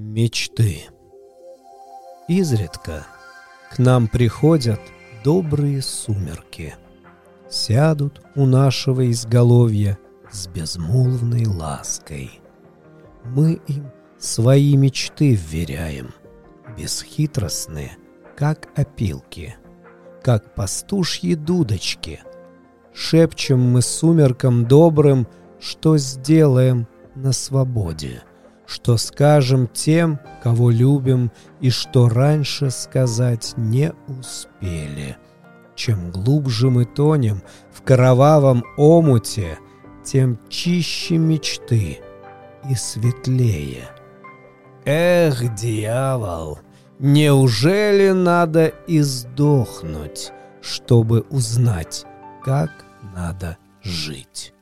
Мечты. Изредка к нам приходят добрые сумерки, сядут у нашего изголовья с безмолвной лаской. Мы им свои мечты вверяем, бесхитростные, как опилки, как пастушьи дудочки. Шепчем мы сумеркам добрым, что сделаем на свободе, что скажем тем, кого любим, и что раньше сказать не успели. Чем глубже мы тонем в кровавом омуте, тем чище мечты и светлее. Эх, дьявол, неужели надо издохнуть, чтобы узнать, как надо жить?